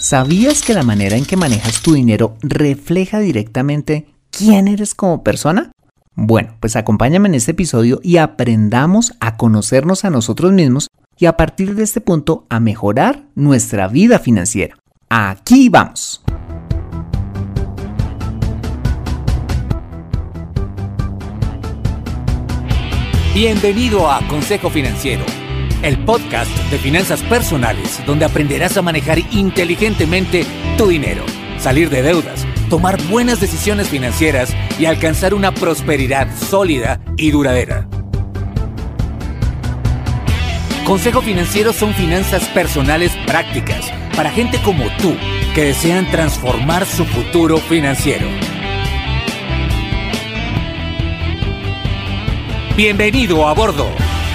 ¿Sabías que la manera en que manejas tu dinero refleja directamente quién eres como persona? Bueno, pues acompáñame en este episodio y aprendamos a conocernos a nosotros mismos y a partir de este punto a mejorar nuestra vida financiera. ¡Aquí vamos! Bienvenido a Consejo Financiero, el podcast de finanzas personales donde aprenderás a manejar inteligentemente tu dinero, salir de deudas, tomar buenas decisiones financieras y alcanzar una prosperidad sólida y duradera. Consejo Financiero son finanzas personales prácticas para gente como tú que desean transformar su futuro financiero. ¡Bienvenido a bordo!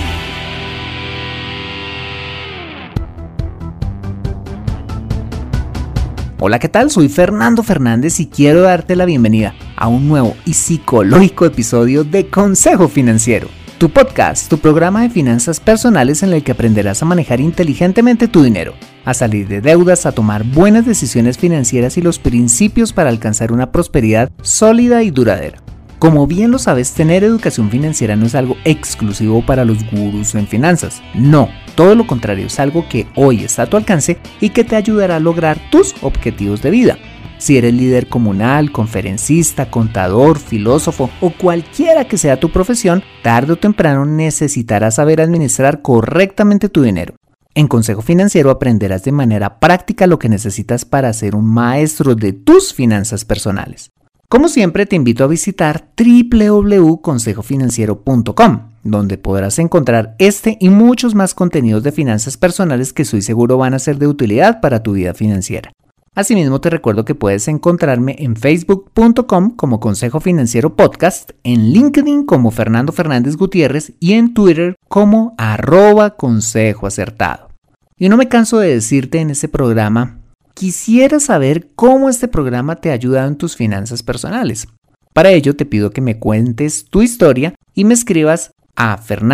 Hola, ¿qué tal? Soy Fernando Fernández y quiero darte la bienvenida a un nuevo y psicológico episodio de Consejo Financiero, tu podcast, tu programa de finanzas personales en el que aprenderás a manejar inteligentemente tu dinero, a salir de deudas, a tomar buenas decisiones financieras y los principios para alcanzar una prosperidad sólida y duradera. Como bien lo sabes, tener educación financiera no es algo exclusivo para los gurús en finanzas. No, todo lo contrario, es algo que hoy está a tu alcance y que te ayudará a lograr tus objetivos de vida. Si eres líder comunal, conferencista, contador, filósofo o cualquiera que sea tu profesión, tarde o temprano necesitarás saber administrar correctamente tu dinero. En Consejo Financiero aprenderás de manera práctica lo que necesitas para ser un maestro de tus finanzas personales. Como siempre, te invito a visitar www.consejofinanciero.com, donde podrás encontrar este y muchos más contenidos de finanzas personales que estoy seguro van a ser de utilidad para tu vida financiera. Asimismo, te recuerdo que puedes encontrarme en facebook.com como Consejo Financiero Podcast, en LinkedIn como Fernando Fernández Gutiérrez y en Twitter como @consejoacertado. Y no me canso de decirte en este programa, quisiera saber cómo este programa te ha ayudado en tus finanzas personales. Para ello te pido que me cuentes tu historia y me escribas a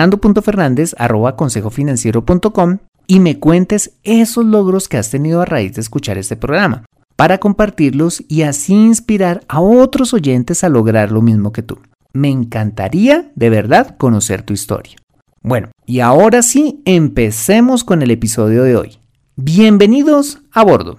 fernando.fernandez@consejofinanciero.com y me cuentes esos logros que has tenido a raíz de escuchar este programa, para compartirlos y así inspirar a otros oyentes a lograr lo mismo que tú. Me encantaría de verdad conocer tu historia. Bueno, y ahora sí, empecemos con el episodio de hoy. Bienvenidos a bordo.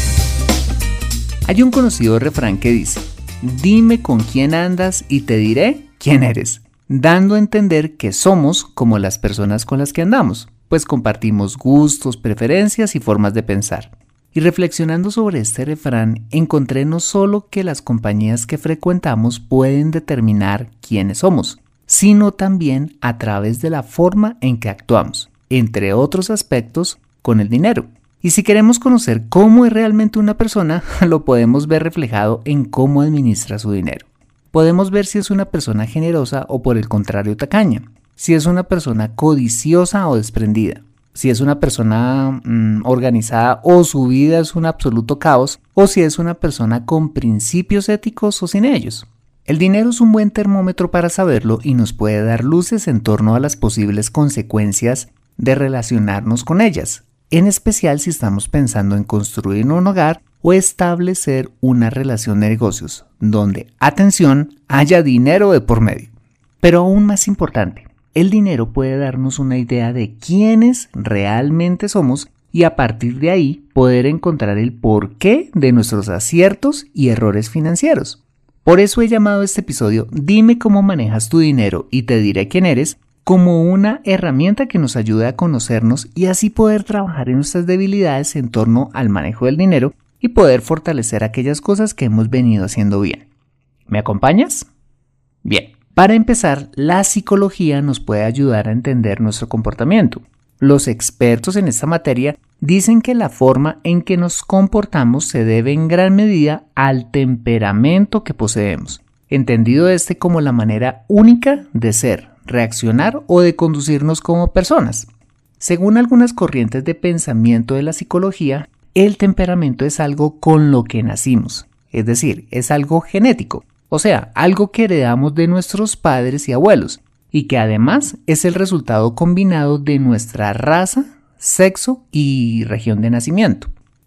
Hay un conocido refrán que dice: dime con quién andas y te diré quién eres, dando a entender que somos como las personas con las que andamos, pues compartimos gustos, preferencias y formas de pensar. Y reflexionando sobre este refrán, encontré no solo que las compañías que frecuentamos pueden determinar quiénes somos, sino también a través de la forma en que actuamos, entre otros aspectos, con el dinero. Y si queremos conocer cómo es realmente una persona, lo podemos ver reflejado en cómo administra su dinero. Podemos ver si es una persona generosa o por el contrario tacaña, si es una persona codiciosa o desprendida, si es una persona organizada o su vida es un absoluto caos, o si es una persona con principios éticos o sin ellos. El dinero es un buen termómetro para saberlo y nos puede dar luces en torno a las posibles consecuencias de relacionarnos con ellas, en especial si estamos pensando en construir un hogar o establecer una relación de negocios, donde, atención, haya dinero de por medio. Pero aún más importante, el dinero puede darnos una idea de quiénes realmente somos y a partir de ahí poder encontrar el porqué de nuestros aciertos y errores financieros. Por eso he llamado este episodio Dime cómo manejas tu dinero y te diré quién eres, como una herramienta que nos ayude a conocernos y así poder trabajar en nuestras debilidades en torno al manejo del dinero y poder fortalecer aquellas cosas que hemos venido haciendo bien. ¿Me acompañas? Bien, para empezar, la psicología nos puede ayudar a entender nuestro comportamiento. Los expertos en esta materia dicen que la forma en que nos comportamos se debe en gran medida al temperamento que poseemos, entendido como la manera única de ser, reaccionar o de conducirnos como personas. Según algunas corrientes de pensamiento de la psicología, el temperamento es algo con lo que nacimos, es decir, es algo genético, o sea, algo que heredamos de nuestros padres y abuelos, y que además es el resultado combinado de nuestra raza, sexo y región de nacimiento.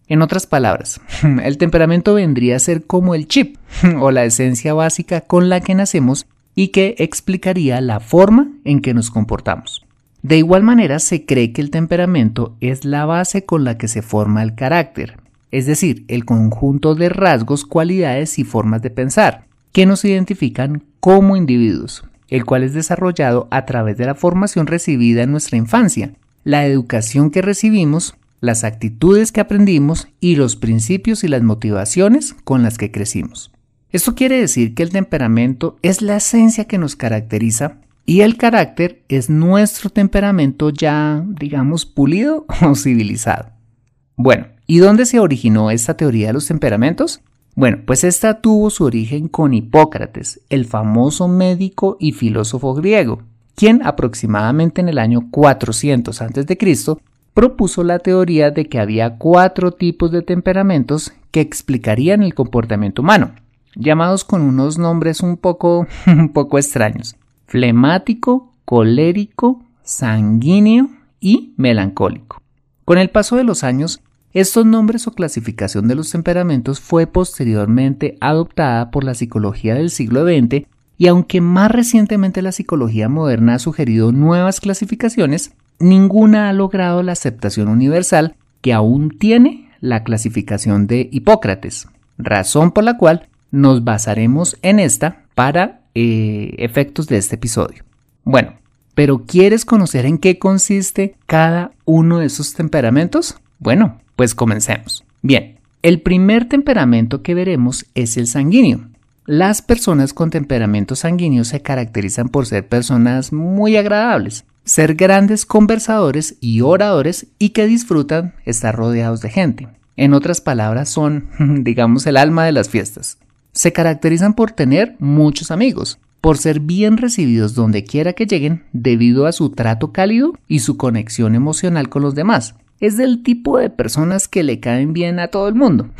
En otras palabras, el temperamento vendría a ser como el chip o la esencia básica con la que nacemos y que explicaría la forma en que nos comportamos. De igual manera, se cree que el temperamento es la base con la que se forma el carácter, es decir, el conjunto de rasgos, cualidades y formas de pensar que nos identifican como individuos, el cual es desarrollado a través de la formación recibida en nuestra infancia, la educación que recibimos, las actitudes que aprendimos y los principios y las motivaciones con las que crecimos. Esto quiere decir que el temperamento es la esencia que nos caracteriza y el carácter es nuestro temperamento ya, digamos, pulido o civilizado. Bueno, ¿y dónde se originó esta teoría de los temperamentos? Bueno, pues esta tuvo su origen con Hipócrates, el famoso médico y filósofo griego, quien aproximadamente en el año 400 a.C. propuso la teoría de que había 4 tipos de temperamentos que explicarían el comportamiento humano, llamados con unos nombres un poco extraños: flemático, colérico, sanguíneo y melancólico. Con el paso de los años, estos nombres o clasificación de los temperamentos fue posteriormente adoptada por la psicología del siglo XX y aunque más recientemente la psicología moderna ha sugerido nuevas clasificaciones, ninguna ha logrado la aceptación universal que aún tiene la clasificación de Hipócrates, razón por la cual nos basaremos en esta para efectos de este episodio. Bueno, ¿pero quieres conocer en qué consiste cada uno de esos temperamentos? Bueno, pues comencemos. Bien, el primer temperamento que veremos es el sanguíneo. Las personas con temperamento sanguíneo se caracterizan por ser personas muy agradables, ser grandes conversadores y oradores y que disfrutan estar rodeados de gente. En otras palabras, son, digamos, el alma de las fiestas. Se caracterizan por tener muchos amigos, por ser bien recibidos donde quiera que lleguen debido a su trato cálido y su conexión emocional con los demás. Es del tipo de personas que le caen bien a todo el mundo.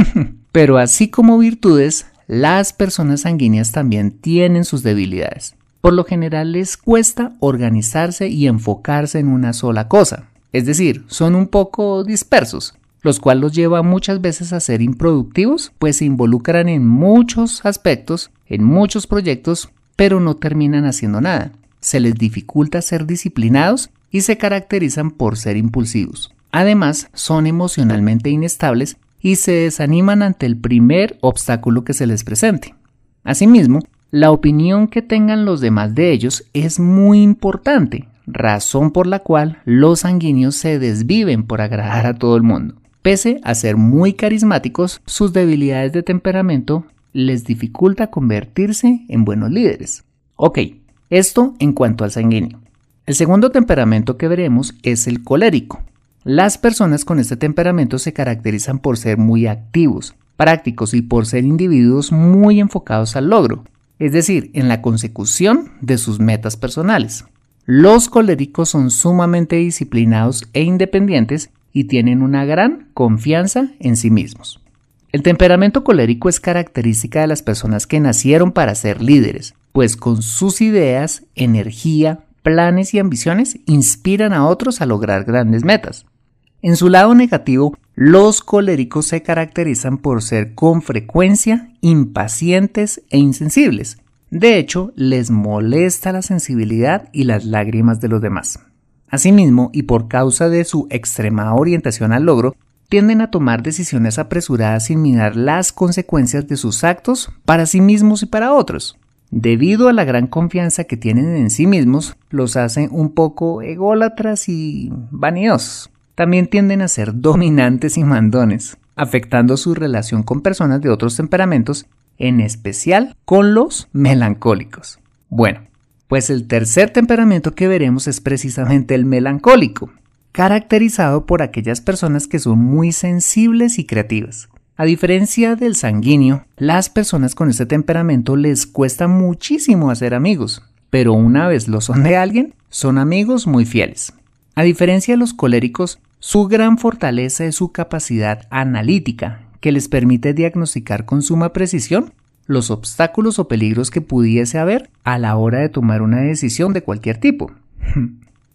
Pero así como virtudes, las personas sanguíneas también tienen sus debilidades. Por lo general les cuesta organizarse y enfocarse en una sola cosa. Es decir, son un poco dispersos, los cuales los lleva muchas veces a ser improductivos, pues se involucran en muchos aspectos, en muchos proyectos, pero no terminan haciendo nada. Se les dificulta ser disciplinados y se caracterizan por ser impulsivos. Además, son emocionalmente inestables y se desaniman ante el primer obstáculo que se les presente. Asimismo, la opinión que tengan los demás de ellos es muy importante, razón por la cual los sanguíneos se desviven por agradar a todo el mundo. Pese a ser muy carismáticos, sus debilidades de temperamento les dificulta convertirse en buenos líderes. Ok, esto en cuanto al sanguíneo. El segundo temperamento que veremos es el colérico. Las personas con este temperamento se caracterizan por ser muy activos, prácticos y por ser individuos muy enfocados al logro, es decir, en la consecución de sus metas personales. Los coléricos son sumamente disciplinados e independientes y tienen una gran confianza en sí mismos. El temperamento colérico es característica de las personas que nacieron para ser líderes, pues con sus ideas, energía, planes y ambiciones inspiran a otros a lograr grandes metas. En su lado negativo, los coléricos se caracterizan por ser con frecuencia impacientes e insensibles. De hecho, les molesta la sensibilidad y las lágrimas de los demás. Asimismo, y por causa de su extrema orientación al logro, tienden a tomar decisiones apresuradas sin mirar las consecuencias de sus actos para sí mismos y para otros. Debido a la gran confianza que tienen en sí mismos, los hacen un poco ególatras y vanidosos. También tienden a ser dominantes y mandones, afectando su relación con personas de otros temperamentos, en especial con los melancólicos. Bueno, pues el tercer temperamento que veremos es precisamente el melancólico, caracterizado por aquellas personas que son muy sensibles y creativas. A diferencia del sanguíneo, las personas con este temperamento les cuesta muchísimo hacer amigos, pero una vez lo son de alguien, son amigos muy fieles. A diferencia de los coléricos, su gran fortaleza es su capacidad analítica, que les permite diagnosticar con suma precisión los obstáculos o peligros que pudiese haber a la hora de tomar una decisión de cualquier tipo.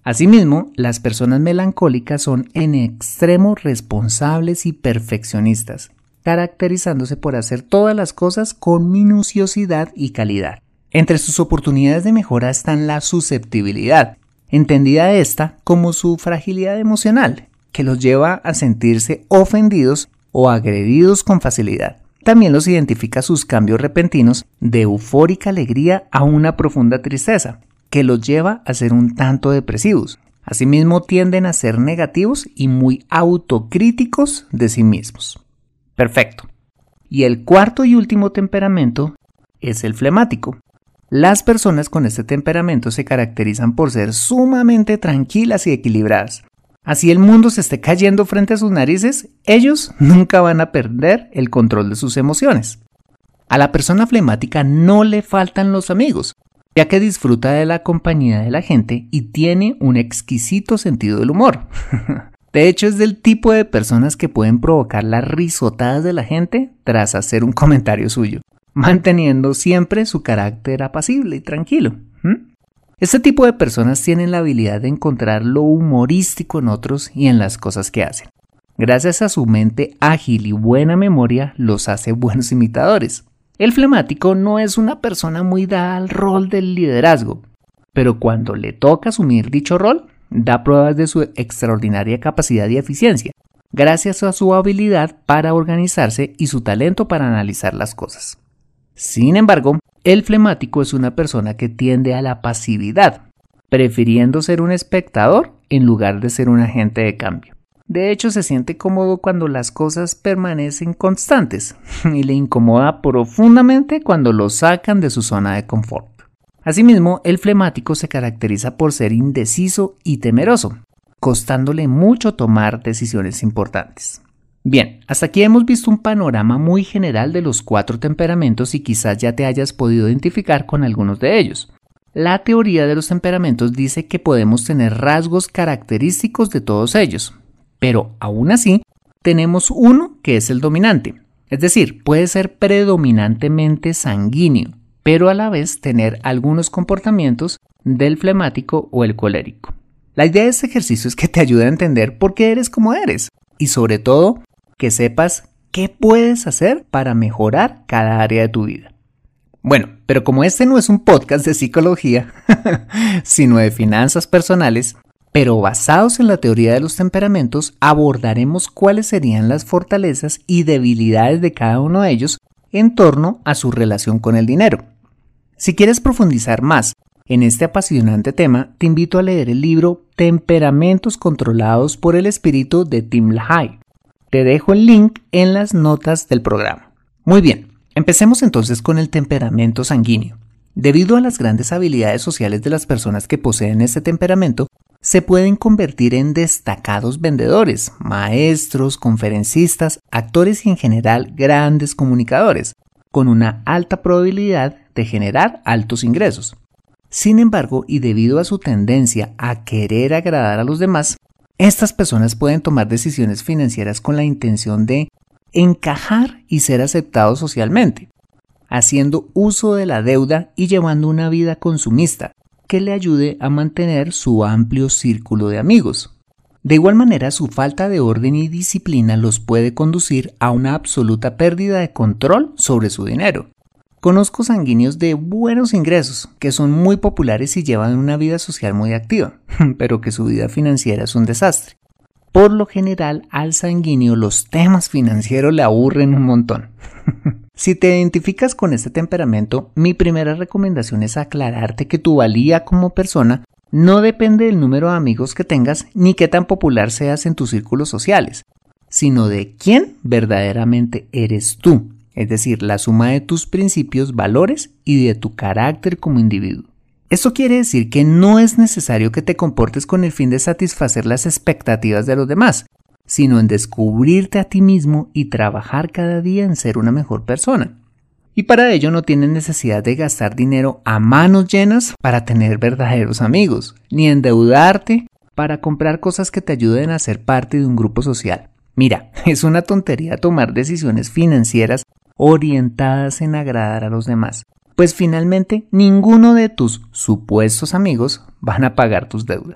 Asimismo, las personas melancólicas son en extremo responsables y perfeccionistas, caracterizándose por hacer todas las cosas con minuciosidad y calidad. Entre sus oportunidades de mejora están la susceptibilidad, entendida esta como su fragilidad emocional, que los lleva a sentirse ofendidos o agredidos con facilidad. También los identifica sus cambios repentinos de eufórica alegría a una profunda tristeza, que los lleva a ser un tanto depresivos. Asimismo, tienden a ser negativos y muy autocríticos de sí mismos. Perfecto. Y el cuarto y último temperamento es el flemático. Las personas con este temperamento se caracterizan por ser sumamente tranquilas y equilibradas. Así el mundo se esté cayendo frente a sus narices, ellos nunca van a perder el control de sus emociones. A la persona flemática no le faltan los amigos, ya que disfruta de la compañía de la gente y tiene un exquisito sentido del humor. De hecho, es del tipo de personas que pueden provocar las risotadas de la gente tras hacer un comentario suyo, manteniendo siempre su carácter apacible y tranquilo. Este tipo de personas tienen la habilidad de encontrar lo humorístico en otros y en las cosas que hacen. Gracias a su mente ágil y buena memoria, los hace buenos imitadores. El flemático no es una persona muy dada al rol del liderazgo, pero cuando le toca asumir dicho rol, da pruebas de su extraordinaria capacidad y eficiencia, gracias a su habilidad para organizarse y su talento para analizar las cosas. Sin embargo, el flemático es una persona que tiende a la pasividad, prefiriendo ser un espectador en lugar de ser un agente de cambio. De hecho, se siente cómodo cuando las cosas permanecen constantes y le incomoda profundamente cuando lo sacan de su zona de confort. Asimismo, el flemático se caracteriza por ser indeciso y temeroso, costándole mucho tomar decisiones importantes. Bien, hasta aquí hemos visto un panorama muy general de los 4 temperamentos y quizás ya te hayas podido identificar con algunos de ellos. La teoría de los temperamentos dice que podemos tener rasgos característicos de todos ellos, pero aún así tenemos uno que es el dominante, es decir, puede ser predominantemente sanguíneo, pero a la vez tener algunos comportamientos del flemático o el colérico. La idea de este ejercicio es que te ayude a entender por qué eres como eres y sobre todo que sepas qué puedes hacer para mejorar cada área de tu vida. Bueno, pero como este no es un podcast de psicología, sino de finanzas personales, pero basados en la teoría de los temperamentos, abordaremos cuáles serían las fortalezas y debilidades de cada uno de ellos en torno a su relación con el dinero. Si quieres profundizar más en este apasionante tema, te invito a leer el libro Temperamentos controlados por el espíritu de Tim LaHaye. Te dejo el link en las notas del programa. Muy bien, empecemos entonces con el temperamento sanguíneo. Debido a las grandes habilidades sociales de las personas que poseen este temperamento, se pueden convertir en destacados vendedores, maestros, conferencistas, actores y en general grandes comunicadores, con una alta probabilidad de generar altos ingresos. Sin embargo, y debido a su tendencia a querer agradar a los demás, estas personas pueden tomar decisiones financieras con la intención de encajar y ser aceptados socialmente, haciendo uso de la deuda y llevando una vida consumista que le ayude a mantener su amplio círculo de amigos. De igual manera, su falta de orden y disciplina los puede conducir a una absoluta pérdida de control sobre su dinero. Conozco sanguíneos de buenos ingresos que son muy populares y llevan una vida social muy activa, pero que su vida financiera es un desastre. Por lo general, al sanguíneo los temas financieros le aburren un montón. Si te identificas con este temperamento, mi primera recomendación es aclararte que tu valía como persona no depende del número de amigos que tengas ni qué tan popular seas en tus círculos sociales, sino de quién verdaderamente eres tú, es decir, la suma de tus principios, valores y de tu carácter como individuo. Esto quiere decir que no es necesario que te comportes con el fin de satisfacer las expectativas de los demás, sino en descubrirte a ti mismo y trabajar cada día en ser una mejor persona. Y para ello no tienes necesidad de gastar dinero a manos llenas para tener verdaderos amigos, ni endeudarte para comprar cosas que te ayuden a ser parte de un grupo social. Mira, es una tontería tomar decisiones financieras orientadas en agradar a los demás, pues finalmente ninguno de tus supuestos amigos van a pagar tus deudas.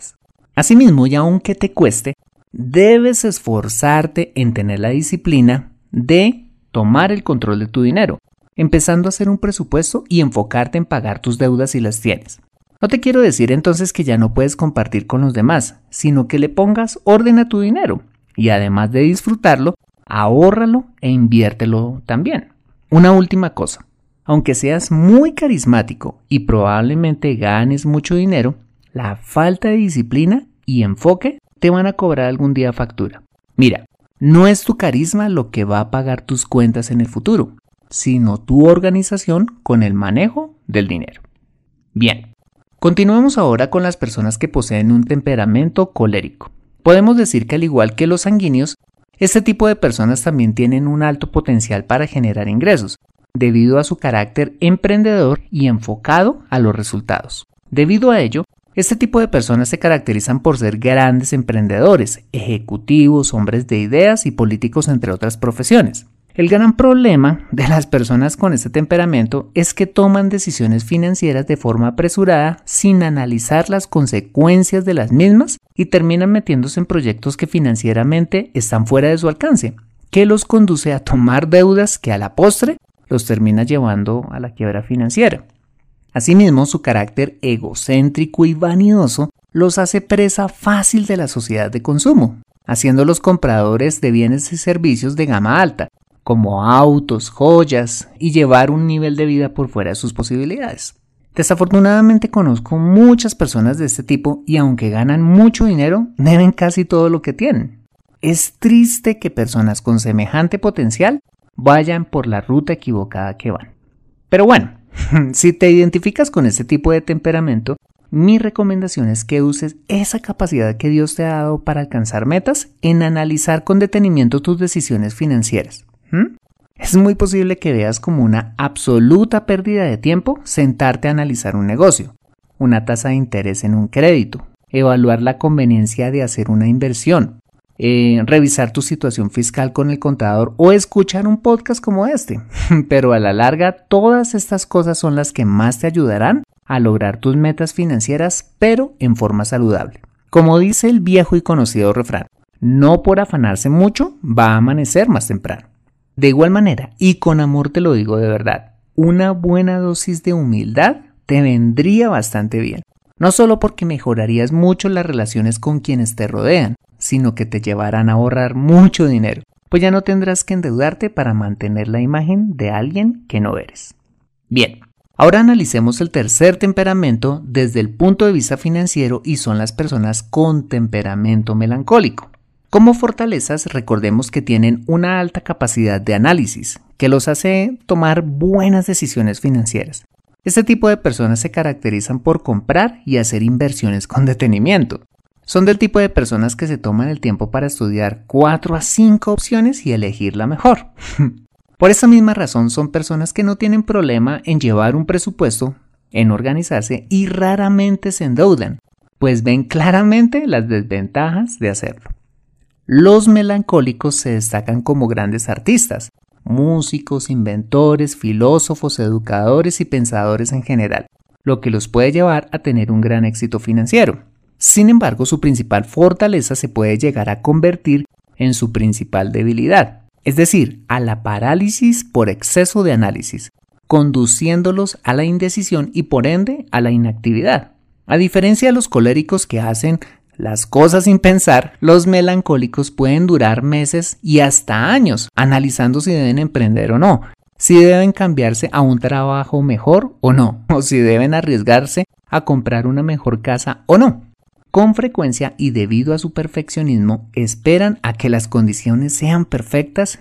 Asimismo, y aunque te cueste, debes esforzarte en tener la disciplina de tomar el control de tu dinero, empezando a hacer un presupuesto y enfocarte en pagar tus deudas si las tienes. No te quiero decir entonces que ya no puedes compartir con los demás, sino que le pongas orden a tu dinero y además de disfrutarlo, ahórralo e inviértelo también. Una última cosa, aunque seas muy carismático y probablemente ganes mucho dinero, la falta de disciplina y enfoque te van a cobrar algún día factura. Mira, no es tu carisma lo que va a pagar tus cuentas en el futuro, sino tu organización con el manejo del dinero. Bien, continuemos ahora con las personas que poseen un temperamento colérico. Podemos decir que al igual que los sanguíneos, este tipo de personas también tienen un alto potencial para generar ingresos, debido a su carácter emprendedor y enfocado a los resultados. Debido a ello, este tipo de personas se caracterizan por ser grandes emprendedores, ejecutivos, hombres de ideas y políticos, entre otras profesiones. El gran problema de las personas con este temperamento es que toman decisiones financieras de forma apresurada sin analizar las consecuencias de las mismas y terminan metiéndose en proyectos que financieramente están fuera de su alcance, que los conduce a tomar deudas que a la postre los termina llevando a la quiebra financiera. Asimismo, su carácter egocéntrico y vanidoso los hace presa fácil de la sociedad de consumo, haciéndolos compradores de bienes y servicios de gama alta, como autos, joyas, y llevar un nivel de vida por fuera de sus posibilidades. Desafortunadamente conozco muchas personas de este tipo y aunque ganan mucho dinero, deben casi todo lo que tienen. Es triste que personas con semejante potencial vayan por la ruta equivocada que van. Pero bueno, si te identificas con este tipo de temperamento, mi recomendación es que uses esa capacidad que Dios te ha dado para alcanzar metas en analizar con detenimiento tus decisiones financieras. Es muy posible que veas como una absoluta pérdida de tiempo sentarte a analizar un negocio, una tasa de interés en un crédito, evaluar la conveniencia de hacer una inversión, revisar tu situación fiscal con el contador o escuchar un podcast como este. Pero a la larga, todas estas cosas son las que más te ayudarán a lograr tus metas financieras, pero en forma saludable. Como dice el viejo y conocido refrán, no por afanarse mucho va a amanecer más temprano. De igual manera, y con amor te lo digo de verdad, una buena dosis de humildad te vendría bastante bien. No solo porque mejorarías mucho las relaciones con quienes te rodean, sino que te llevarán a ahorrar mucho dinero, pues ya no tendrás que endeudarte para mantener la imagen de alguien que no eres. Bien, ahora analicemos el tercer temperamento desde el punto de vista financiero y son las personas con temperamento melancólico. Como fortalezas, recordemos que tienen una alta capacidad de análisis, que los hace tomar buenas decisiones financieras. Este tipo de personas se caracterizan por comprar y hacer inversiones con detenimiento. Son del tipo de personas que se toman el tiempo para estudiar 4 a 5 opciones y elegir la mejor. Por esa misma razón son personas que no tienen problema en llevar un presupuesto, en organizarse y raramente se endeudan, pues ven claramente las desventajas de hacerlo. Los melancólicos se destacan como grandes artistas, músicos, inventores, filósofos, educadores y pensadores en general, lo que los puede llevar a tener un gran éxito financiero. Sin embargo, su principal fortaleza se puede llegar a convertir en su principal debilidad, es decir, a la parálisis por exceso de análisis, conduciéndolos a la indecisión y por ende a la inactividad. A diferencia de los coléricos que hacen las cosas sin pensar, los melancólicos pueden durar meses y hasta años analizando si deben emprender o no, si deben cambiarse a un trabajo mejor o no, o si deben arriesgarse a comprar una mejor casa o no. Con frecuencia y debido a su perfeccionismo, esperan a que las condiciones sean perfectas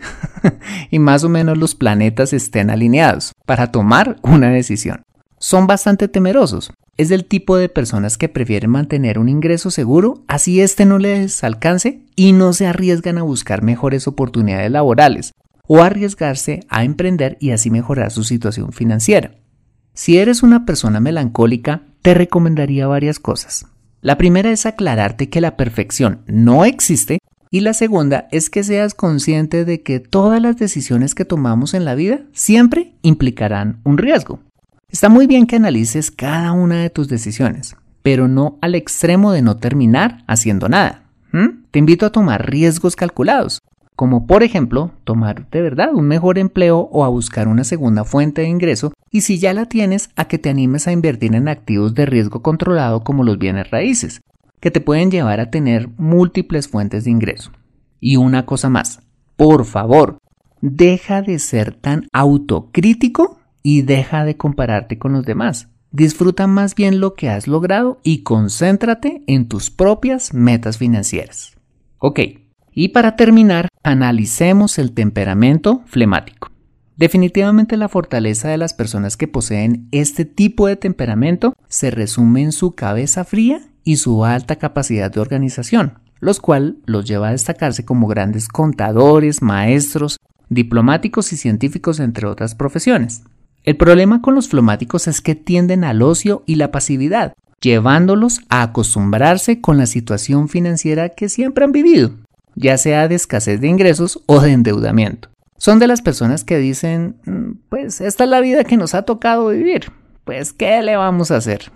y más o menos los planetas estén alineados para tomar una decisión. Son bastante temerosos. Es del tipo de personas que prefieren mantener un ingreso seguro así este no les alcance y no se arriesgan a buscar mejores oportunidades laborales o arriesgarse a emprender y así mejorar su situación financiera. Si eres una persona melancólica, te recomendaría varias cosas. La primera es aclararte que la perfección no existe y la segunda es que seas consciente de que todas las decisiones que tomamos en la vida siempre implicarán un riesgo. Está muy bien que analices cada una de tus decisiones, pero no al extremo de no terminar haciendo nada. Te invito a tomar riesgos calculados, como por ejemplo, tomar de verdad un mejor empleo o a buscar una segunda fuente de ingreso, y si ya la tienes, a que te animes a invertir en activos de riesgo controlado como los bienes raíces, que te pueden llevar a tener múltiples fuentes de ingreso. Y una cosa más, por favor, deja de ser tan autocrítico y deja de compararte con los demás. Disfruta más bien lo que has logrado y concéntrate en tus propias metas financieras. Ok, y para terminar, analicemos el temperamento flemático. Definitivamente la fortaleza de las personas que poseen este tipo de temperamento se resume en su cabeza fría y su alta capacidad de organización, los cuales los lleva a destacarse como grandes contadores, maestros, diplomáticos y científicos, entre otras profesiones. El problema con los flemáticos es que tienden al ocio y la pasividad, llevándolos a acostumbrarse con la situación financiera que siempre han vivido, ya sea de escasez de ingresos o de endeudamiento. Son de las personas que dicen, pues esta es la vida que nos ha tocado vivir, pues ¿qué le vamos a hacer?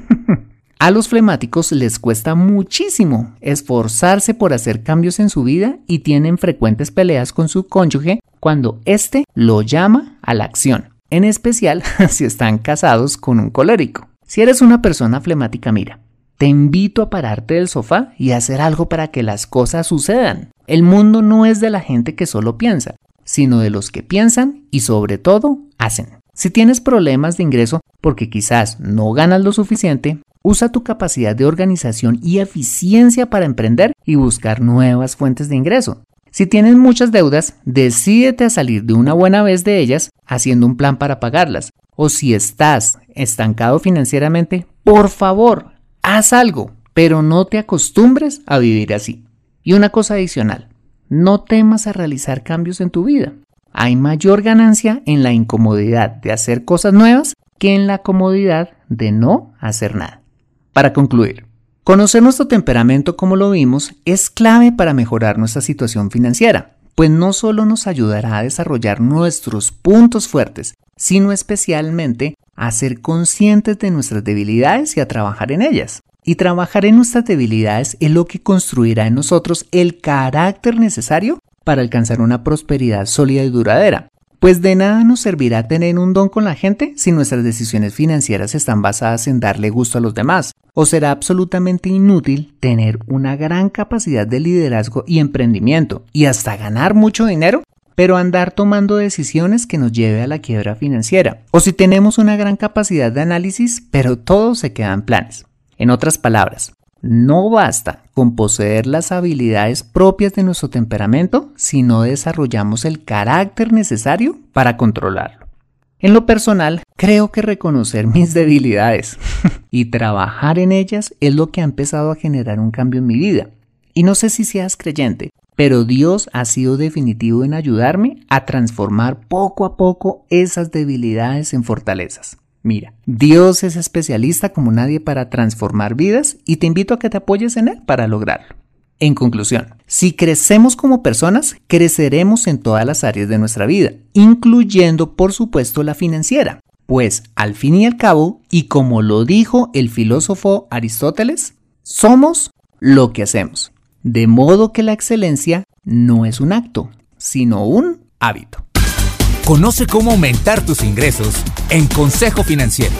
A los flemáticos les cuesta muchísimo esforzarse por hacer cambios en su vida y tienen frecuentes peleas con su cónyuge cuando éste lo llama a la acción. En especial si están casados con un colérico. Si eres una persona flemática, mira, te invito a pararte del sofá y a hacer algo para que las cosas sucedan. El mundo no es de la gente que solo piensa, sino de los que piensan y sobre todo hacen. Si tienes problemas de ingreso porque quizás no ganas lo suficiente, usa tu capacidad de organización y eficiencia para emprender y buscar nuevas fuentes de ingreso. Si tienes muchas deudas, decídete a salir de una buena vez de ellas haciendo un plan para pagarlas. O si estás estancado financieramente, por favor, haz algo, pero no te acostumbres a vivir así. Y una cosa adicional, no temas a realizar cambios en tu vida. Hay mayor ganancia en la incomodidad de hacer cosas nuevas que en la comodidad de no hacer nada. Para concluir, conocer nuestro temperamento, como lo vimos, es clave para mejorar nuestra situación financiera, pues no solo nos ayudará a desarrollar nuestros puntos fuertes, sino especialmente a ser conscientes de nuestras debilidades y a trabajar en ellas. Y trabajar en nuestras debilidades es lo que construirá en nosotros el carácter necesario para alcanzar una prosperidad sólida y duradera. Pues de nada nos servirá tener un don con la gente si nuestras decisiones financieras están basadas en darle gusto a los demás, o será absolutamente inútil tener una gran capacidad de liderazgo y emprendimiento y hasta ganar mucho dinero, pero andar tomando decisiones que nos lleve a la quiebra financiera, o si tenemos una gran capacidad de análisis, pero todo se queda en planes. En otras palabras, no basta con poseer las habilidades propias de nuestro temperamento si no desarrollamos el carácter necesario para controlarlo. En lo personal, creo que reconocer mis debilidades y trabajar en ellas es lo que ha empezado a generar un cambio en mi vida. Y no sé si seas creyente, pero Dios ha sido definitivo en ayudarme a transformar poco a poco esas debilidades en fortalezas. Mira, Dios es especialista como nadie para transformar vidas y te invito a que te apoyes en Él para lograrlo. En conclusión, si crecemos como personas, creceremos en todas las áreas de nuestra vida, incluyendo por supuesto la financiera. Pues al fin y al cabo, y como lo dijo el filósofo Aristóteles, somos lo que hacemos. De modo que la excelencia no es un acto, sino un hábito. Conoce cómo aumentar tus ingresos en Consejo Financiero.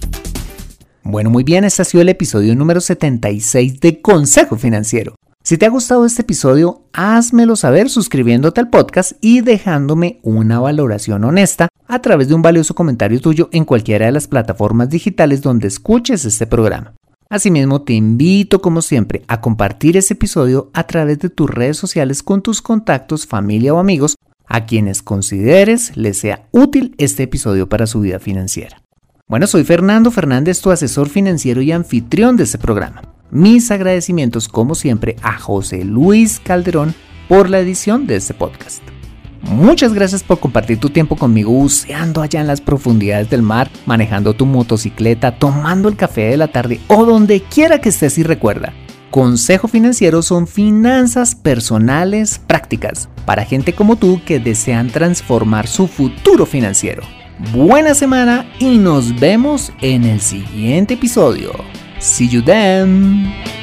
Bueno, muy bien, este ha sido el episodio número 76 de Consejo Financiero. Si te ha gustado este episodio, házmelo saber suscribiéndote al podcast y dejándome una valoración honesta a través de un valioso comentario tuyo en cualquiera de las plataformas digitales donde escuches este programa. Asimismo, te invito, como siempre, a compartir este episodio a través de tus redes sociales con tus contactos, familia o amigos a quienes consideres les sea útil este episodio para su vida financiera. Bueno, soy Fernando Fernández, tu asesor financiero y anfitrión de este programa. Mis agradecimientos, como siempre, a José Luis Calderón por la edición de este podcast. Muchas gracias por compartir tu tiempo conmigo buceando allá en las profundidades del mar, manejando tu motocicleta, tomando el café de la tarde o donde quiera que estés. Y recuerda, Consejo Financiero son finanzas personales prácticas para gente como tú que desean transformar su futuro financiero. Buena semana y nos vemos en el siguiente episodio. See you then.